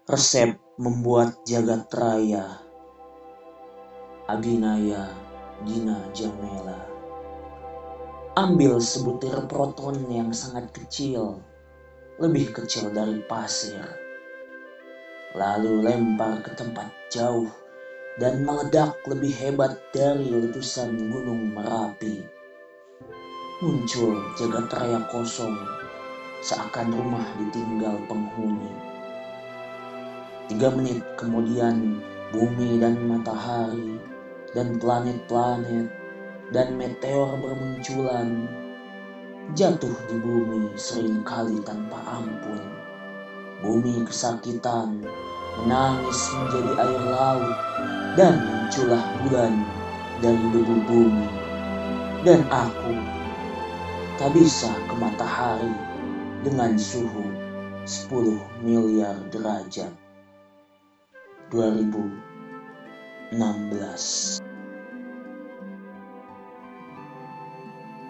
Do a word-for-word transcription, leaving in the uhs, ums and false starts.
Resep membuat jagat raya. Aginaya Gina Jamela. Ambil sebutir proton yang sangat kecil, lebih kecil dari pasir. Lalu lempar ke tempat jauh dan meledak lebih hebat dari letusan gunung Merapi. Muncul jagat raya kosong, seakan rumah ditinggal penghuni. Tiga menit kemudian, bumi dan matahari dan planet-planet dan meteor bermunculan. Jatuh di bumi seringkali tanpa ampun. Bumi kesakitan, menangis menjadi air laut, dan muncullah bulan dari debu bumi. Dan aku tak bisa ke matahari dengan suhu sepuluh miliar derajat. dua ribu enam belas